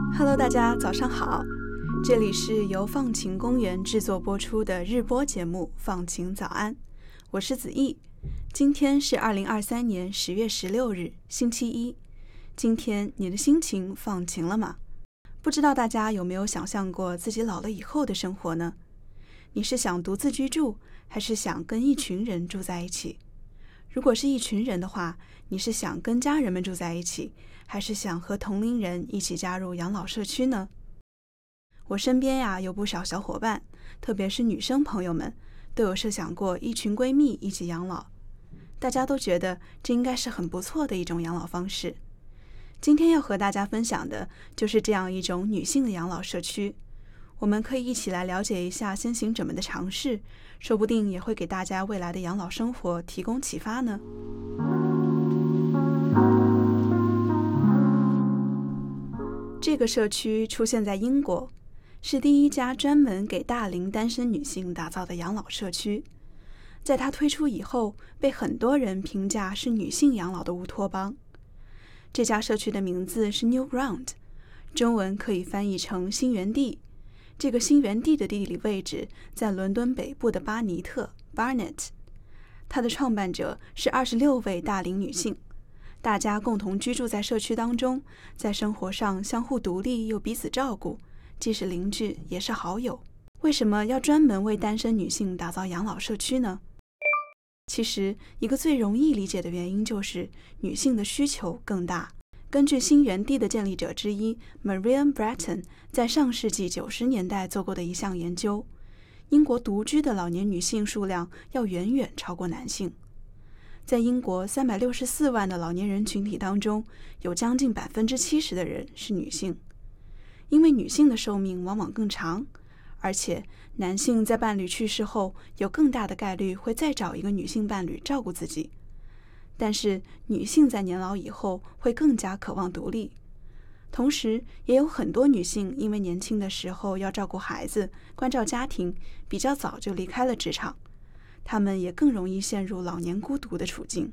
Hello， 大家早上好，这里是由放晴公园制作播出的日播节目《放晴早安》，我是子毅。今天是2023年10月16日，星期一。今天你的心情放晴了吗？不知道大家有没有想象过自己老了以后的生活呢？你是想独自居住，还是想跟一群人住在一起？如果是一群人的话，你是想跟家人们住在一起，还是想和同龄人一起加入养老社区呢？我身边有不少小伙伴，特别是女生朋友们，都有设想过一群闺蜜一起养老。大家都觉得这应该是很不错的一种养老方式。今天要和大家分享的就是这样一种女性的养老社区。我们可以一起来了解一下先行者们的尝试，说不定也会给大家未来的养老生活提供启发呢。这个社区出现在英国，是第一家专门给大龄单身女性打造的养老社区。在它推出以后，被很多人评价是女性养老的乌托邦。这家社区的名字是 New Ground， 中文可以翻译成新源地。这个新源地的地理位置在伦敦北部的巴尼特 Barnet。 它的创办者是26位大龄女性，大家共同居住在社区当中，在生活上相互独立又彼此照顾，既是邻居也是好友。为什么要专门为单身女性打造养老社区呢？其实一个最容易理解的原因就是女性的需求更大。根据新源地的建立者之一 Marian Bratton 在上世纪90年代做过的一项研究，英国独居的老年女性数量要远远超过男性。在英国364万的老年人群体当中，有将近70%的人是女性。因为女性的寿命往往更长，而且男性在伴侣去世后有更大的概率会再找一个女性伴侣照顾自己。但是女性在年老以后会更加渴望独立，同时也有很多女性因为年轻的时候要照顾孩子、关照家庭，比较早就离开了职场，她们也更容易陷入老年孤独的处境。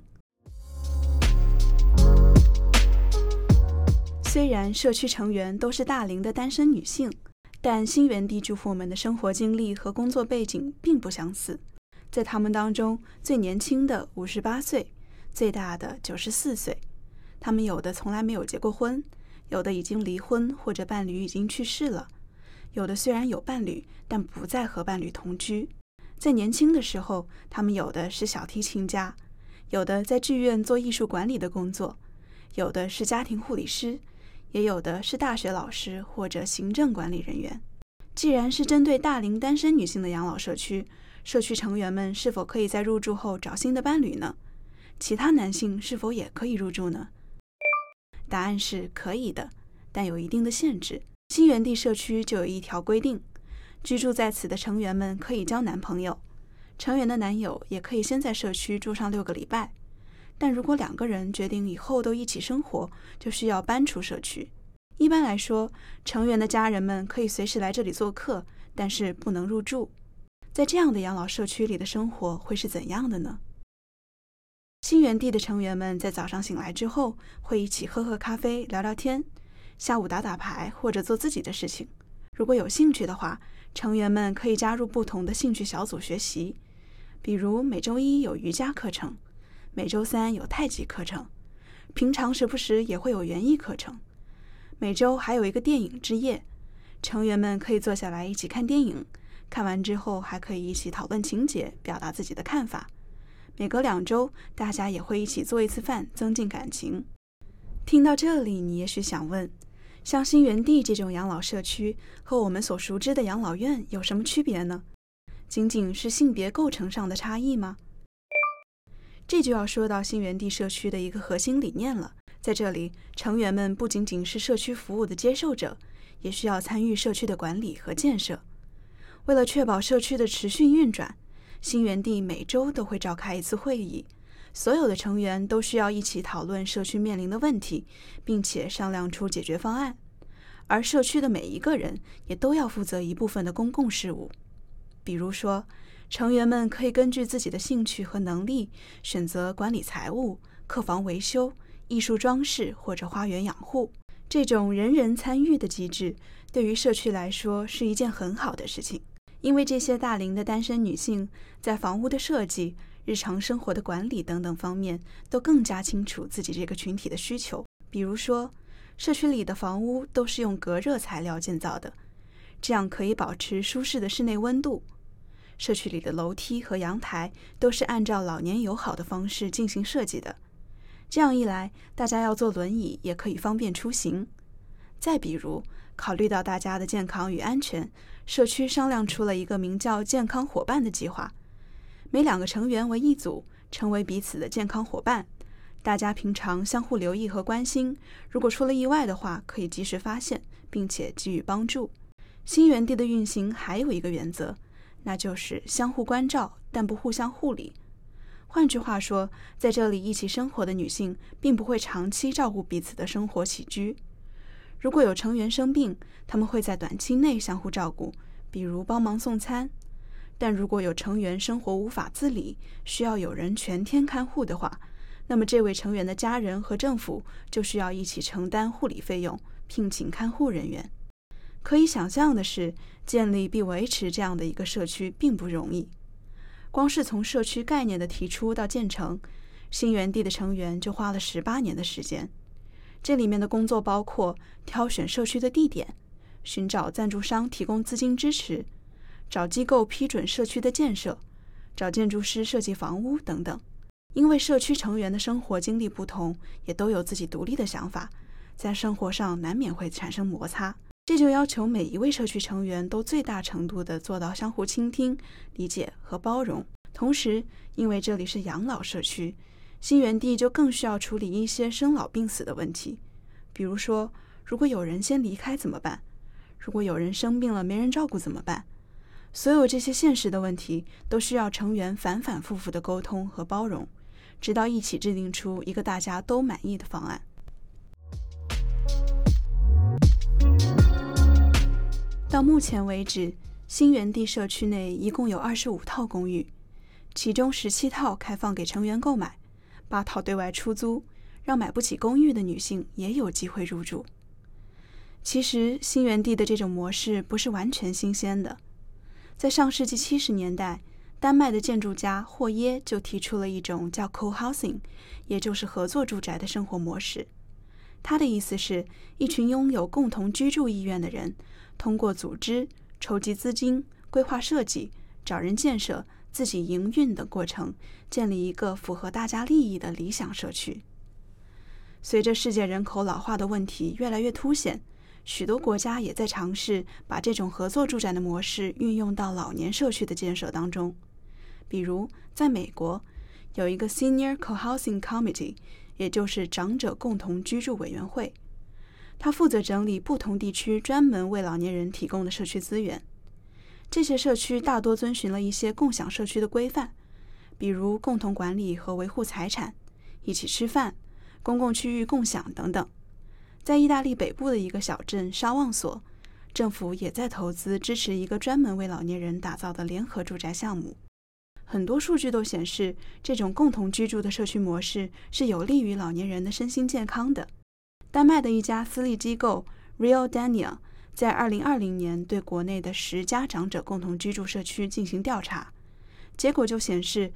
虽然社区成员都是大龄的单身女性，但新源地住户们的生活经历和工作背景并不相似。在他们当中，最年轻的58岁，最大的94岁。他们有的从来没有结过婚，有的已经离婚或者伴侣已经去世了，有的虽然有伴侣，但不再和伴侣同居。在年轻的时候，他们有的是小提琴家，有的在剧院做艺术管理的工作，有的是家庭护理师，也有的是大学老师或者行政管理人员。既然是针对大龄单身女性的养老社区，社区成员们是否可以在入住后找新的伴侣呢？其他男性是否也可以入住呢？答案是可以的，但有一定的限制。新源地社区就有一条规定，居住在此的成员们可以交男朋友，成员的男友也可以先在社区住上6个礼拜。但如果2个人决定以后都一起生活，就需要搬出社区。一般来说，成员的家人们可以随时来这里做客，但是不能入住。在这样的养老社区里的生活会是怎样的呢？新源地的成员们在早上醒来之后，会一起喝咖啡、聊聊天，下午打牌或者做自己的事情。如果有兴趣的话，成员们可以加入不同的兴趣小组学习，比如每周1有瑜伽课程，每周3有太极课程，平常时不时也会有园艺课程。每周还有一个电影之夜，成员们可以坐下来一起看电影，看完之后还可以一起讨论情节，表达自己的看法。每隔2周，大家也会一起做一次饭，增进感情。听到这里，你也许想问，像新源地这种养老社区和我们所熟知的养老院有什么区别呢？仅仅是性别构成上的差异吗？这就要说到新源地社区的一个核心理念了。在这里，成员们不仅仅是社区服务的接受者，也需要参与社区的管理和建设。为了确保社区的持续运转，新源地每周都会召开一次会议，所有的成员都需要一起讨论社区面临的问题，并且商量出解决方案。而社区的每一个人也都要负责一部分的公共事务。比如说，成员们可以根据自己的兴趣和能力，选择管理财务、客房维修、艺术装饰或者花园养护。 这种人人参与的机制对于社区来说是一件很好的事情，因为这些大龄的单身女性在房屋的设计、日常生活的管理等等方面都更加清楚自己这个群体的需求。比如说，社区里的房屋都是用隔热材料建造的，这样可以保持舒适的室内温度。社区里的楼梯和阳台都是按照老年友好的方式进行设计的，这样一来，大家要坐轮椅也可以方便出行。再比如，考虑到大家的健康与安全，社区商量出了一个名叫健康伙伴的计划，每2个成员为一组，成为彼此的健康伙伴。大家平常相互留意和关心，如果出了意外的话，可以及时发现，并且给予帮助。新园地的运行还有一个原则，那就是相互关照，但不互相护理。换句话说，在这里一起生活的女性并不会长期照顾彼此的生活起居。如果有成员生病，她们会在短期内相互照顾，比如帮忙送餐。但如果有成员生活无法自理，需要有人全天看护的话，那么这位成员的家人和政府就需要一起承担护理费用，聘请看护人员。可以想象的是，建立并维持这样的一个社区并不容易。光是从社区概念的提出到建成，新园地的成员就花了18年的时间。这里面的工作包括挑选社区的地点，寻找赞助商提供资金支持，找机构批准社区的建设，找建筑师设计房屋等等。因为社区成员的生活经历不同，也都有自己独立的想法，在生活上难免会产生摩擦，这就要求每一位社区成员都最大程度地做到相互倾听、理解和包容。同时，因为这里是养老社区，新园地就更需要处理一些生老病死的问题。比如说，如果有人先离开怎么办？如果有人生病了没人照顾怎么办？所有这些现实的问题都需要成员反反复复的沟通和包容，直到一起制定出一个大家都满意的方案。到目前为止，新园地社区内一共有25套公寓，其中17套开放给成员购买，8套对外出租，让买不起公寓的女性也有机会入住。其实，新园地的这种模式不是完全新鲜的。在上世纪70年代，丹麦的建筑家霍耶就提出了一种叫 co-housing， 也就是合作住宅的生活模式。他的意思是，一群拥有共同居住意愿的人，通过组织、筹集资金、规划设计、找人建设、自己营运等过程，建立一个符合大家利益的理想社区。随着世界人口老化的问题越来越凸显，许多国家也在尝试把这种合作住宅的模式运用到老年社区的建设当中。比如，在美国，有一个 Senior Co-housing Committee， 也就是长者共同居住委员会，它负责整理不同地区专门为老年人提供的社区资源。这些社区大多遵循了一些共享社区的规范，比如共同管理和维护财产、一起吃饭、公共区域共享等等。在意大利北部的一个小镇沙旺索，政府也在投资支持一个专门为老年人打造的联合住宅项目。很多数据都显示，这种共同居住的社区模式是有利于老年人的身心健康的。丹麦的一家私立机构 Real Dania 在2020年对国内的10家长者共同居住社区进行调查，结果就显示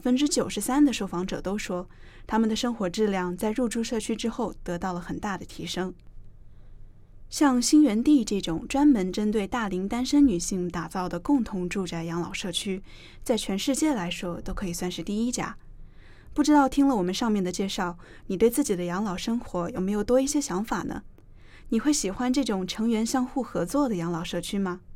93% 的受访者都说，他们的生活质量在入住社区之后得到了很大的提升。像新园地这种专门针对大龄单身女性打造的共同住宅养老社区，在全世界来说都可以算是第1家。不知道听了我们上面的介绍，你对自己的养老生活有没有多一些想法呢？你会喜欢这种成员相互合作的养老社区吗？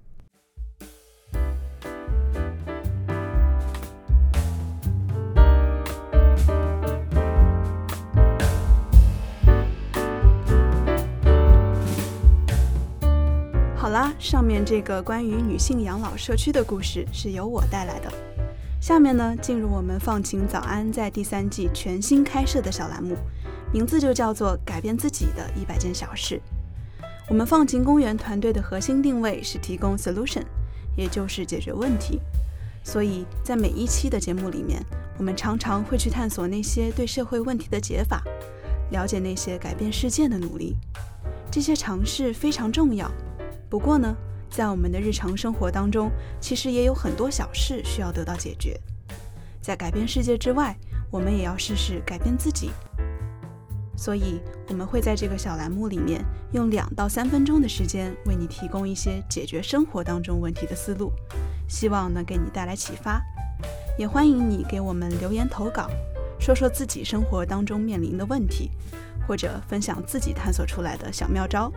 好啦，上面这个关于女性养老社区的故事是由我带来的。下面呢，进入我们放晴早安在第3季全新开设的小栏目，名字就叫做改变自己的100件小事。我们放晴公园团队的核心定位是提供 solution， 也就是解决问题。所以在每一期的节目里面，我们常常会去探索那些对社会问题的解法，了解那些改变世界的努力。 这些尝试非常重要。不过呢，在我们的日常生活当中，其实也有很多小事需要得到解决。在改变世界之外，我们也要试试改变自己。所以我们会在这个小栏目里面用2到3分钟的时间，为你提供一些解决生活当中问题的思路，希望能给你带来启发。也欢迎你给我们留言投稿，说说自己生活当中面临的问题，或者分享自己探索出来的小妙招。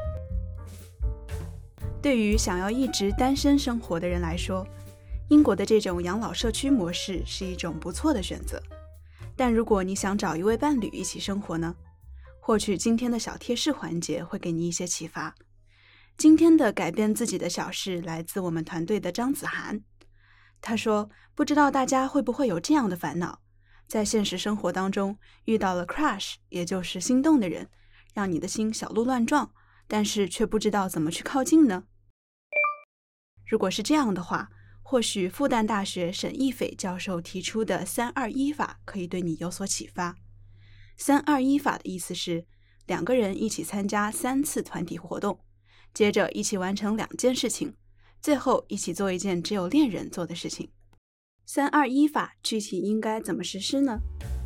对于想要一直单身生活的人来说，英国的这种养老社区模式是一种不错的选择。但如果你想找一位伴侣一起生活呢？或许今天的小贴士环节会给你一些启发。今天的改变自己的小事来自我们团队的张子涵。他说，不知道大家会不会有这样的烦恼，在现实生活当中遇到了 crush， 也就是心动的人，让你的心小鹿乱撞，但是却不知道怎么去靠近呢？如果是这样的话，或许复旦大学沈亦斐教授提出的321法可以对你有所启发。321法的意思是2个人一起参加3次团体活动，接着一起完成2件事情，最后一起做一件只有恋人做的事情。321法具体应该怎么实施呢？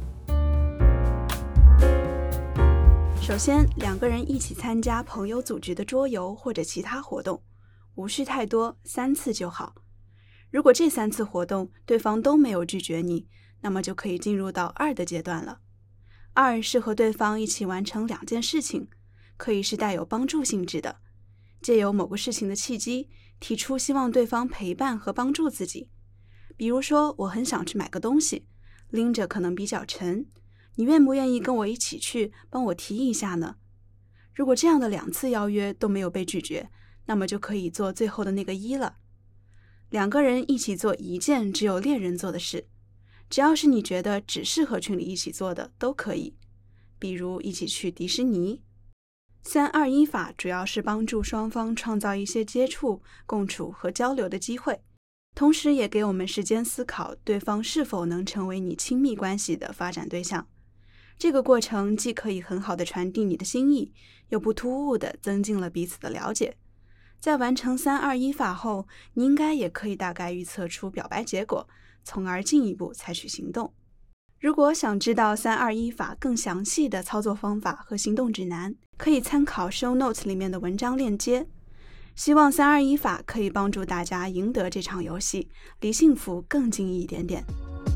首先，2个人一起参加朋友组织的桌游或者其他活动，无需太多，3次就好。如果这3次活动对方都没有拒绝你，那么就可以进入到2的阶段了。2是和对方一起完成2件事情，可以是带有帮助性质的，借由某个事情的契机，提出希望对方陪伴和帮助自己。比如说，我很想去买个东西，拎着可能比较沉，你愿不愿意跟我一起去，帮我提一下呢？如果这样的2次邀约都没有被拒绝，那么就可以做最后的那个1了。2个人一起做一件只有恋人做的事，只要是你觉得只适合群里一起做的都可以，比如一起去迪士尼。321法主要是帮助双方创造一些接触、共处和交流的机会，同时也给我们时间思考对方是否能成为你亲密关系的发展对象。这个过程既可以很好的传递你的心意，又不突兀地增进了彼此的了解。在完成321法后，你应该也可以大概预测出表白结果，从而进一步采取行动。如果想知道321法更详细的操作方法和行动指南，可以参考 show notes 里面的文章链接。希望321法可以帮助大家赢得这场游戏，离幸福更近一点点。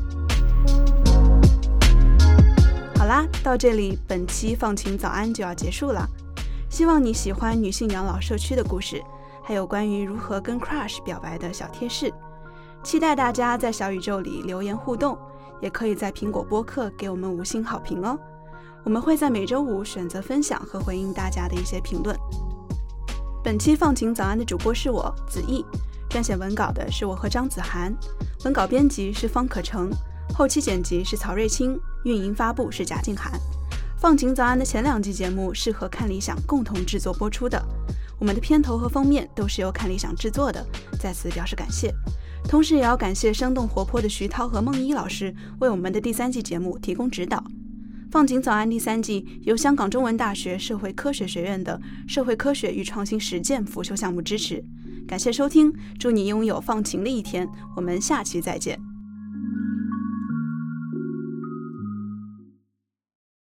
好啦，到这里本期放晴早安就要结束了。希望你喜欢女性养老社区的故事，还有关于如何跟 crush 表白的小贴士。期待大家在小宇宙里留言互动，也可以在苹果播客给我们5星好评哦。我们会在每周5选择分享和回应大家的一些评论。本期放晴早安的主播是我子毅，撰写文稿的是我和张子涵，文稿编辑是方可成，后期剪辑是曹瑞清，运营发布是贾静涵。放晴早安的前2季节目是和看理想共同制作播出的，我们的片头和封面都是由看理想制作的，在此表示感谢。同时也要感谢生动活泼的徐涛和梦一老师为我们的第3季节目提供指导。放晴早安第3季由香港中文大学社会科学学院的社会科学与创新实践辅修项目支持。感谢收听，祝你拥有放晴的一天，我们下期再见。